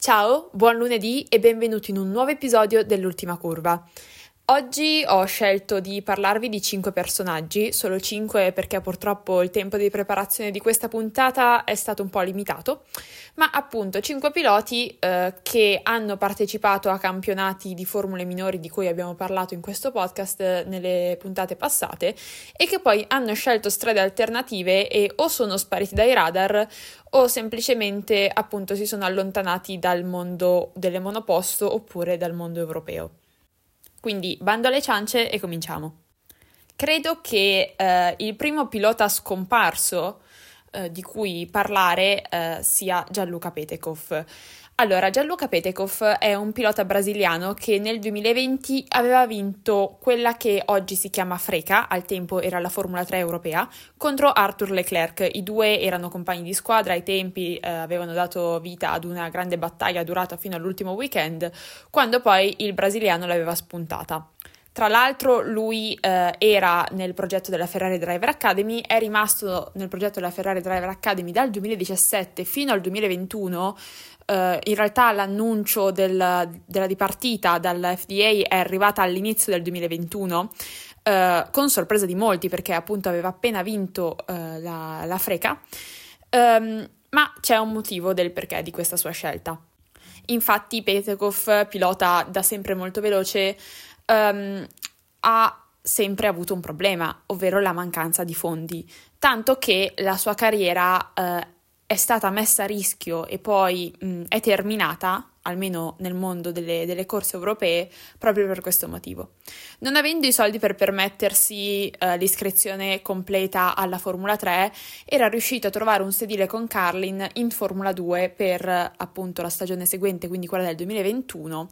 Ciao, buon lunedì e benvenuti in un nuovo episodio dell'Ultima Curva. Oggi ho scelto di parlarvi di 5 personaggi, solo 5 perché purtroppo il tempo di preparazione di questa puntata è stato un po' limitato, ma appunto 5 piloti che hanno partecipato a campionati di formule minori di cui abbiamo parlato in questo podcast nelle puntate passate e che poi hanno scelto strade alternative e o sono spariti dai radar o semplicemente appunto si sono allontanati dal mondo delle monoposto oppure dal mondo europeo. Quindi bando alle ciance e cominciamo. Credo che il primo pilota scomparso di cui parlare sia Gianluca Petekov. Allora, Gianluca Petekov è un pilota brasiliano che nel 2020 aveva vinto quella che oggi si chiama FRECA, al tempo era la Formula 3 europea, contro Arthur Leclerc. I due erano compagni di squadra, ai tempi avevano dato vita ad una grande battaglia durata fino all'ultimo weekend, quando poi il brasiliano l'aveva spuntata. Tra l'altro lui era nel progetto della Ferrari Driver Academy, è rimasto nel progetto della Ferrari Driver Academy dal 2017 fino al 2021. In realtà l'annuncio della dipartita dalla FDA è arrivata all'inizio del 2021, con sorpresa di molti perché appunto aveva appena vinto la FRECA, ma c'è un motivo del perché di questa sua scelta. Infatti Petekov, pilota da sempre molto veloce, ha sempre avuto un problema, ovvero la mancanza di fondi, tanto che la sua carriera è stata messa a rischio e poi è terminata, almeno nel mondo delle corse europee, proprio per questo motivo. Non avendo i soldi per permettersi l'iscrizione completa alla Formula 3, era riuscito a trovare un sedile con Carlin in Formula 2 per appunto la stagione seguente, quindi quella del 2021,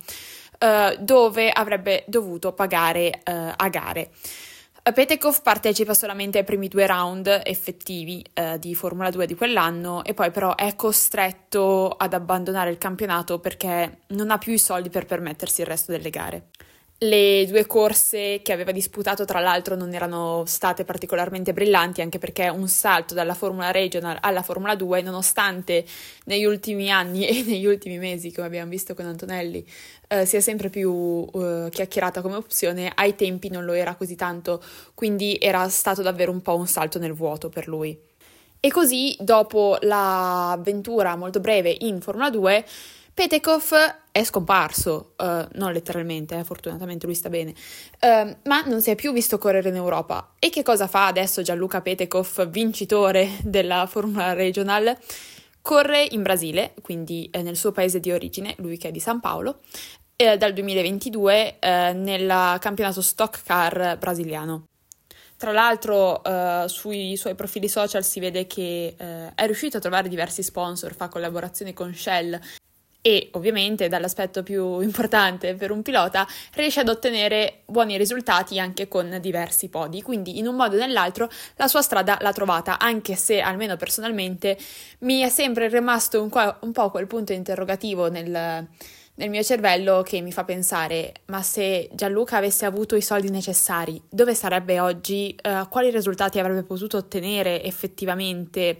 dove avrebbe dovuto pagare a gare. Petekov partecipa solamente ai primi 2 round effettivi di Formula 2 di quell'anno e poi però è costretto ad abbandonare il campionato perché non ha più i soldi per permettersi il resto delle gare. Le 2 corse che aveva disputato, tra l'altro, non erano state particolarmente brillanti, anche perché un salto dalla Formula Regional alla Formula 2, nonostante negli ultimi anni e negli ultimi mesi, come abbiamo visto con Antonelli, sia sempre più chiacchierata come opzione, ai tempi non lo era così tanto, quindi era stato davvero un po' un salto nel vuoto per lui. E così, dopo l'avventura molto breve in Formula 2, Petekov è scomparso, non letteralmente, fortunatamente lui sta bene, ma non si è più visto correre in Europa. E che cosa fa adesso Gianluca Petekov, vincitore della Formula Regional? Corre in Brasile, quindi nel suo paese di origine, lui che è di San Paolo, dal 2022 nel campionato Stock Car brasiliano. Tra l'altro sui suoi profili social si vede che è riuscito a trovare diversi sponsor, fa collaborazioni con Shell e ovviamente, dall'aspetto più importante per un pilota, riesce ad ottenere buoni risultati anche con diversi podi, quindi in un modo o nell'altro la sua strada l'ha trovata, anche se almeno personalmente mi è sempre rimasto un po' quel punto interrogativo nel mio cervello che mi fa pensare: ma se Gianluca avesse avuto i soldi necessari, dove sarebbe oggi? Quali risultati avrebbe potuto ottenere effettivamente,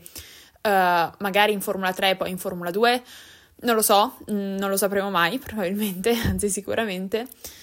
magari in Formula 3 e poi in Formula 2? Non lo so, non lo sapremo mai probabilmente, anzi sicuramente,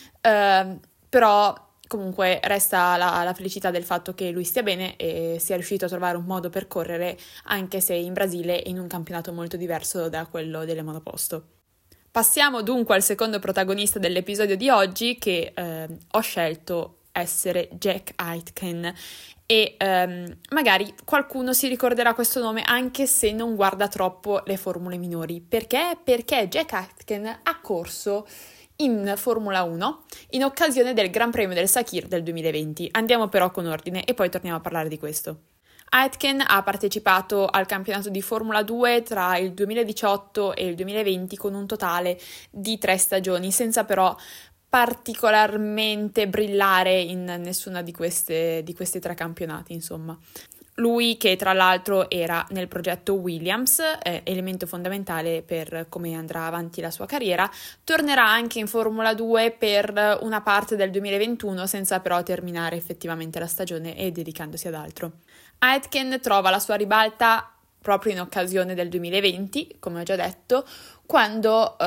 però comunque resta la felicità del fatto che lui stia bene e sia riuscito a trovare un modo per correre, anche se in Brasile in un campionato molto diverso da quello delle monoposto. Passiamo dunque al secondo protagonista dell'episodio di oggi, che ho scelto essere Jack Aitken, e magari qualcuno si ricorderà questo nome anche se non guarda troppo le formule minori. Perché? Perché Jack Aitken ha corso in Formula 1 in occasione del Gran Premio del Sakhir del 2020. Andiamo però con ordine e poi torniamo a parlare di questo. Aitken ha partecipato al campionato di Formula 2 tra il 2018 e il 2020 con un totale di 3 stagioni, senza però particolarmente brillare in nessuna di questi 3 campionati, insomma. Lui, che tra l'altro era nel progetto Williams, elemento fondamentale per come andrà avanti la sua carriera, tornerà anche in Formula 2 per una parte del 2021, senza però terminare effettivamente la stagione e dedicandosi ad altro. Aitken trova la sua ribalta proprio in occasione del 2020, come ho già detto, quando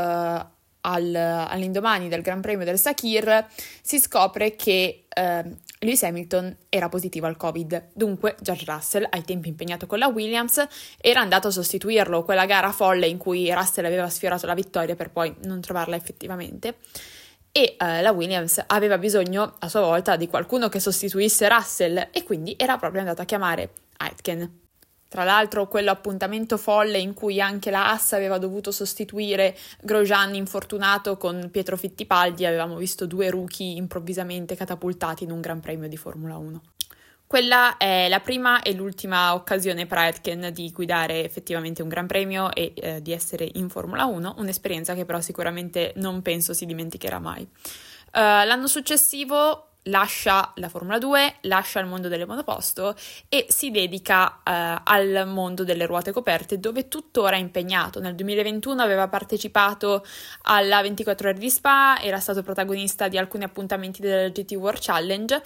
all'indomani del Gran Premio del Sakhir si scopre che Lewis Hamilton era positivo al Covid. Dunque George Russell, ai tempi impegnato con la Williams, era andato a sostituirlo, quella gara folle in cui Russell aveva sfiorato la vittoria per poi non trovarla effettivamente. E la Williams aveva bisogno a sua volta di qualcuno che sostituisse Russell e quindi era proprio andata a chiamare Aitken. Tra l'altro quello appuntamento folle in cui anche la Haas aveva dovuto sostituire Grosjean infortunato con Pietro Fittipaldi, avevamo visto 2 rookie improvvisamente catapultati in un Gran Premio di Formula 1. Quella è la prima e l'ultima occasione per Aitken di guidare effettivamente un Gran Premio e di essere in Formula 1, un'esperienza che però sicuramente non penso si dimenticherà mai. L'anno successivo lascia la Formula 2, lascia il mondo delle monoposto e si dedica al mondo delle ruote coperte, dove tuttora è impegnato. Nel 2021 aveva partecipato alla 24 ore di Spa, era stato protagonista di alcuni appuntamenti del GT World Challenge,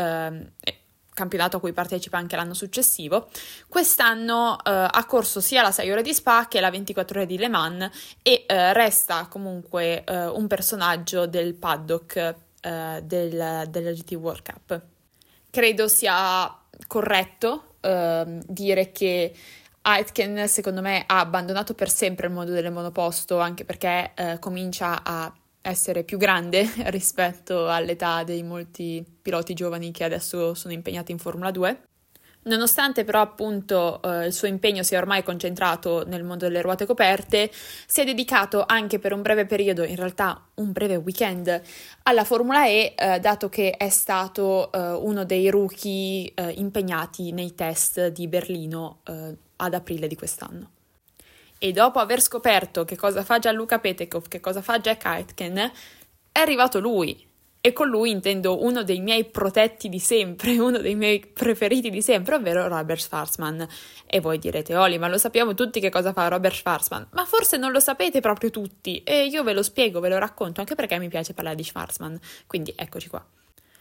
campionato a cui partecipa anche l'anno successivo. Quest'anno ha corso sia la 6 ore di Spa che la 24 ore di Le Mans e resta comunque un personaggio del paddock della GT World Cup. Credo sia corretto dire che Aitken, secondo me, ha abbandonato per sempre il mondo delle monoposto, anche perché comincia a essere più grande rispetto all'età dei molti piloti giovani che adesso sono impegnati in Formula 2. Nonostante però appunto il suo impegno sia ormai concentrato nel mondo delle ruote coperte, si è dedicato anche per un breve periodo, in realtà un breve weekend, alla Formula E, dato che è stato uno dei rookie impegnati nei test di Berlino ad aprile di quest'anno. E dopo aver scoperto che cosa fa Gianluca Petekov, che cosa fa Jack Aitken, è arrivato lui. E con lui intendo uno dei miei protetti di sempre, uno dei miei preferiti di sempre, ovvero Robert Schwarzman. E voi direte, Oli, ma lo sappiamo tutti che cosa fa Robert Schwarzman? Ma forse non lo sapete proprio tutti, e io ve lo spiego, ve lo racconto, anche perché mi piace parlare di Schwarzman. Quindi eccoci qua.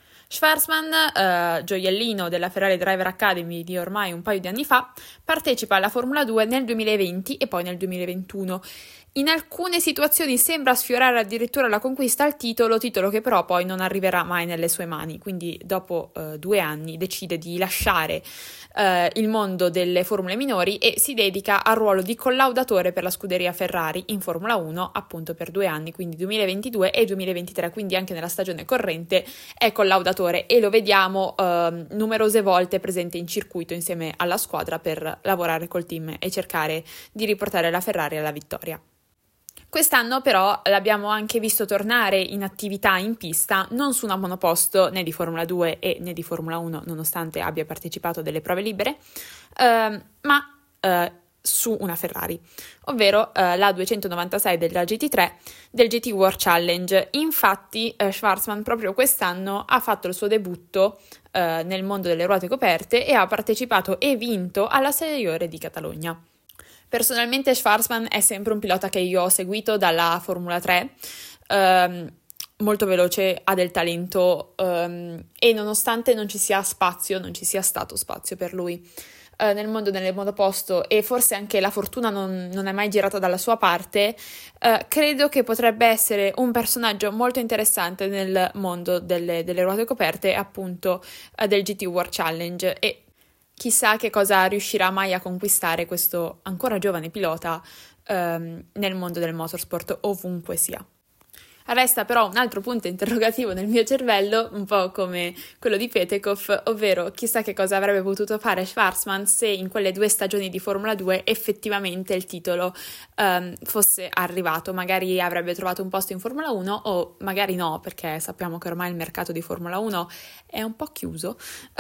Schwarzman, gioiellino della Ferrari Driver Academy di ormai un paio di anni fa, partecipa alla Formula 2 nel 2020 e poi nel 2021. In alcune situazioni sembra sfiorare addirittura la conquista al titolo che però poi non arriverà mai nelle sue mani, quindi dopo 2 anni decide di lasciare il mondo delle formule minori e si dedica al ruolo di collaudatore per la scuderia Ferrari in Formula 1 appunto per 2 anni, quindi 2022 e 2023, quindi anche nella stagione corrente è collaudatore e lo vediamo numerose volte presente in circuito insieme alla squadra per lavorare col team e cercare di riportare la Ferrari alla vittoria. Quest'anno però l'abbiamo anche visto tornare in attività in pista, non su una monoposto né di Formula 2 e né di Formula 1, nonostante abbia partecipato a delle prove libere, ma su una Ferrari, ovvero la 296 della GT3 del GT World Challenge. Infatti Schwarzman proprio quest'anno ha fatto il suo debutto nel mondo delle ruote coperte e ha partecipato e vinto alla 6 ore di Catalogna. Personalmente Schwarzman è sempre un pilota che io ho seguito dalla Formula 3, molto veloce, ha del talento e nonostante non ci sia stato spazio per lui nel mondo delle monoposto e forse anche la fortuna non è mai girata dalla sua parte, credo che potrebbe essere un personaggio molto interessante nel mondo delle ruote coperte, appunto del GT World Challenge, e chissà che cosa riuscirà mai a conquistare questo ancora giovane pilota nel mondo del motorsport, ovunque sia. Resta però un altro punto interrogativo nel mio cervello, un po' come quello di Petekov, ovvero chissà che cosa avrebbe potuto fare Schwarzman se in quelle 2 stagioni di Formula 2 effettivamente il titolo fosse arrivato. Magari avrebbe trovato un posto in Formula 1 o magari no, perché sappiamo che ormai il mercato di Formula 1 è un po' chiuso.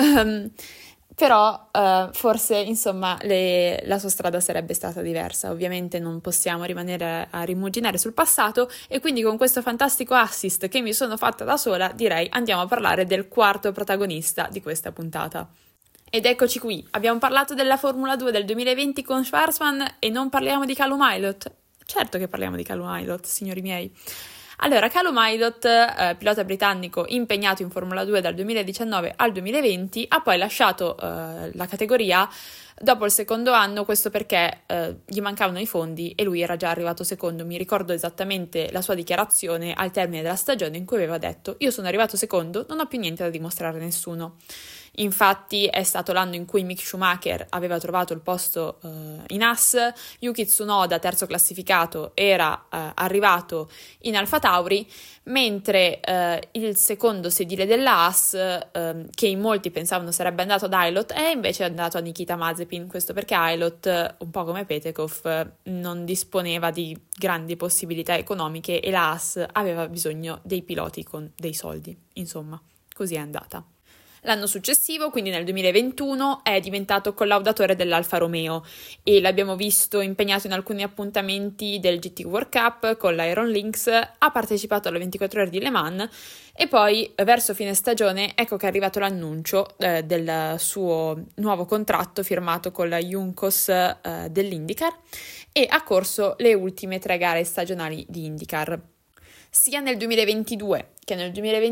Però forse insomma la sua strada sarebbe stata diversa. Ovviamente non possiamo rimanere a rimuginare sul passato e quindi con questo fantastico assist che mi sono fatta da sola direi andiamo a parlare del quarto protagonista di questa puntata. Ed eccoci qui, abbiamo parlato della Formula 2 del 2020 con Schwarzman e non parliamo di Callum Ilott? Certo che parliamo di Callum Ilott, signori miei. Allora, Callum Ilott, pilota britannico impegnato in Formula 2 dal 2019 al 2020, ha poi lasciato la categoria dopo il secondo anno, questo perché gli mancavano i fondi e lui era già arrivato secondo. Mi ricordo esattamente la sua dichiarazione al termine della stagione in cui aveva detto: io sono arrivato secondo, non ho più niente da dimostrare a nessuno. Infatti è stato l'anno in cui Mick Schumacher aveva trovato il posto in Haas, Yuki Tsunoda, terzo classificato, era arrivato in AlphaTauri, mentre il secondo sedile della Haas, che in molti pensavano sarebbe andato ad Ilott, è invece andato a Nikita Mazepin. Questo perché Ilott, un po' come Petekov, non disponeva di grandi possibilità economiche e la Haas aveva bisogno dei piloti con dei soldi. Insomma, così è andata. L'anno successivo, quindi nel 2021, è diventato collaudatore dell'Alfa Romeo e l'abbiamo visto impegnato in alcuni appuntamenti del GT World Cup con l'Iron Lynx, ha partecipato alle 24 ore di Le Mans e poi verso fine stagione ecco che è arrivato l'annuncio del suo nuovo contratto firmato con la Juncos dell'IndyCar e ha corso le ultime 3 gare stagionali di IndyCar. Sia nel 2022 che nel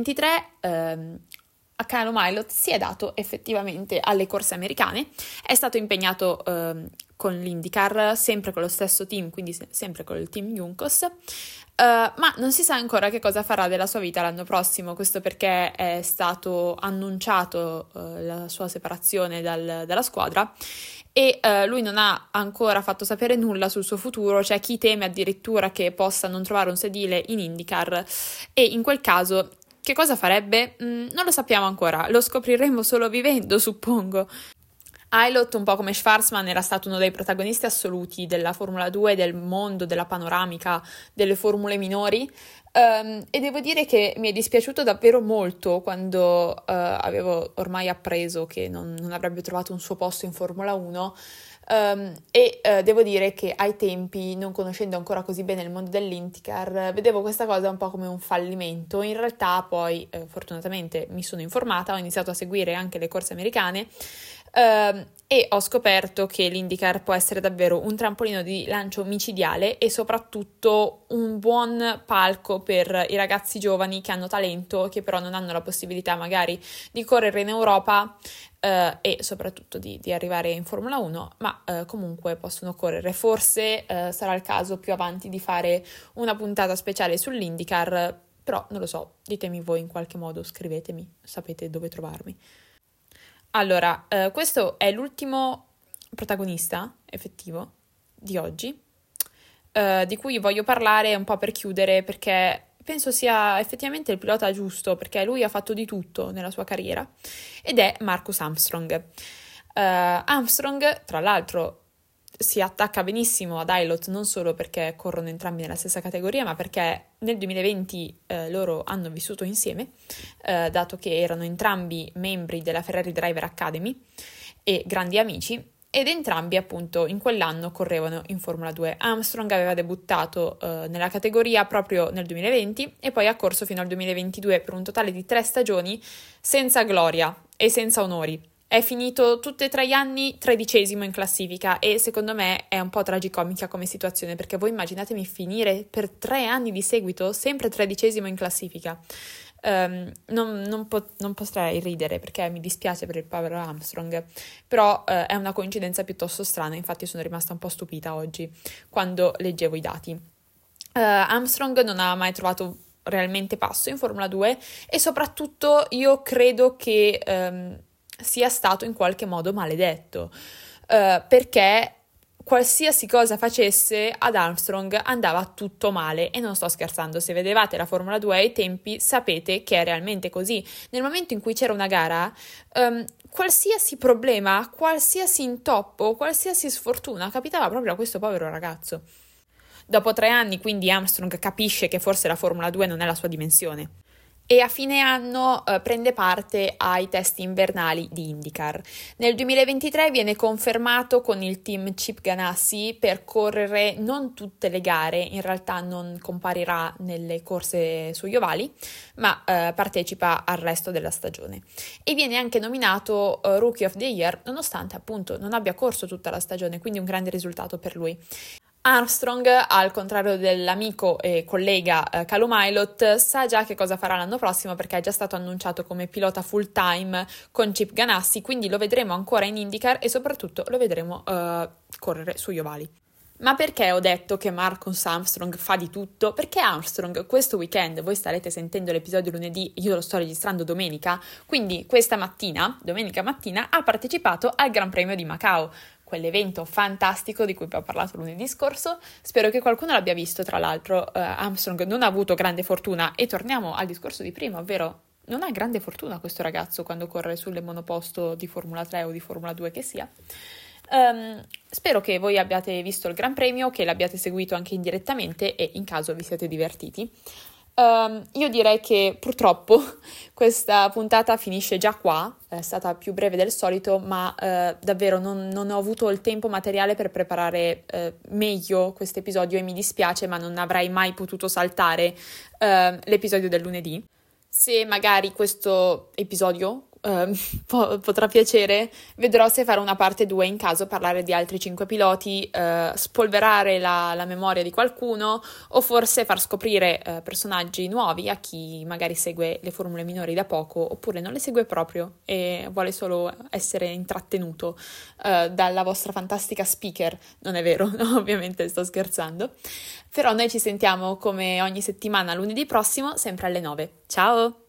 2023 a Callum Ilott si è dato effettivamente alle corse americane, è stato impegnato con l'IndyCar, sempre con lo stesso team, quindi sempre con il team Juncos, ma non si sa ancora che cosa farà della sua vita l'anno prossimo, questo perché è stato annunciato la sua separazione dalla squadra e lui non ha ancora fatto sapere nulla sul suo futuro. C'è chi teme addirittura che possa non trovare un sedile in IndyCar e in quel caso che cosa farebbe? Non lo sappiamo ancora, lo scopriremo solo vivendo, suppongo. Ilott, un po' come Schwarzman, era stato uno dei protagonisti assoluti della Formula 2, del mondo, della panoramica, delle formule minori, e devo dire che mi è dispiaciuto davvero molto quando avevo ormai appreso che non avrebbe trovato un suo posto in Formula 1. Devo dire che ai tempi, non conoscendo ancora così bene il mondo dell'IndyCar, vedevo questa cosa un po' come un fallimento. In realtà poi fortunatamente mi sono informata, ho iniziato a seguire anche le corse americane e ho scoperto che l'IndyCar può essere davvero un trampolino di lancio micidiale e soprattutto un buon palco per i ragazzi giovani che hanno talento, che però non hanno la possibilità magari di correre in Europa e soprattutto di arrivare in Formula 1, ma comunque possono correre. Forse sarà il caso più avanti di fare una puntata speciale sull'IndyCar, però non lo so, ditemi voi in qualche modo, scrivetemi, sapete dove trovarmi. Allora, questo è l'ultimo protagonista effettivo di oggi, di cui voglio parlare un po' per chiudere, perché penso sia effettivamente il pilota giusto, perché lui ha fatto di tutto nella sua carriera, ed è Marcus Armstrong. Armstrong, tra l'altro, si attacca benissimo ad Ilott non solo perché corrono entrambi nella stessa categoria, ma perché nel 2020 loro hanno vissuto insieme, dato che erano entrambi membri della Ferrari Driver Academy e grandi amici, ed entrambi appunto in quell'anno correvano in Formula 2. Armstrong aveva debuttato nella categoria proprio nel 2020 e poi ha corso fino al 2022 per un totale di 3 stagioni senza gloria e senza onori. È finito tutti e 3 gli anni 13° in classifica e secondo me è un po' tragicomica come situazione, perché voi immaginatemi finire per 3 anni di seguito sempre 13° in classifica. Non potrei ridere perché mi dispiace per il povero Armstrong, però è una coincidenza piuttosto strana, infatti sono rimasta un po' stupita oggi quando leggevo i dati. Armstrong non ha mai trovato realmente passo in Formula 2 e soprattutto io credo che sia stato in qualche modo maledetto, perché qualsiasi cosa facesse ad Armstrong andava tutto male e non sto scherzando. Se vedevate la Formula 2 ai tempi sapete che è realmente così. Nel momento in cui c'era una gara, qualsiasi problema, qualsiasi intoppo, qualsiasi sfortuna capitava proprio a questo povero ragazzo. Dopo 3 anni quindi Armstrong capisce che forse la Formula 2 non è la sua dimensione e a fine anno prende parte ai test invernali di IndyCar. Nel 2023 viene confermato con il team Chip Ganassi per correre non tutte le gare, in realtà non comparirà nelle corse sugli ovali, ma partecipa al resto della stagione. E viene anche nominato Rookie of the Year, nonostante appunto non abbia corso tutta la stagione, quindi un grande risultato per lui. Armstrong, al contrario dell'amico e collega Callum Ilott, sa già che cosa farà l'anno prossimo perché è già stato annunciato come pilota full time con Chip Ganassi, quindi lo vedremo ancora in IndyCar e soprattutto lo vedremo correre sugli ovali. Ma perché ho detto che Marcus Armstrong fa di tutto? Perché Armstrong questo weekend, voi starete sentendo l'episodio lunedì, io lo sto registrando domenica, quindi questa mattina, domenica mattina, ha partecipato al Gran Premio di Macao, quell'evento fantastico di cui vi ho parlato lunedì scorso. Spero che qualcuno l'abbia visto, tra l'altro Armstrong non ha avuto grande fortuna e torniamo al discorso di prima, ovvero non ha grande fortuna questo ragazzo quando corre sulle monoposto di Formula 3 o di Formula 2 che sia. Spero che voi abbiate visto il Gran Premio, che l'abbiate seguito anche indirettamente e in caso vi siete divertiti. Io direi che purtroppo questa puntata finisce già qua, è stata più breve del solito, ma davvero non ho avuto il tempo materiale per preparare meglio questo episodio e mi dispiace, ma non avrei mai potuto saltare l'episodio del lunedì. Se magari questo episodio potrà piacere, vedrò se fare una parte 2 in caso, parlare di altri 5 piloti, spolverare la memoria di qualcuno o forse far scoprire personaggi nuovi a chi magari segue le formule minori da poco oppure non le segue proprio e vuole solo essere intrattenuto dalla vostra fantastica speaker. Non è vero, no, ovviamente sto scherzando. Però noi ci sentiamo come ogni settimana lunedì prossimo, sempre alle 9. Ciao!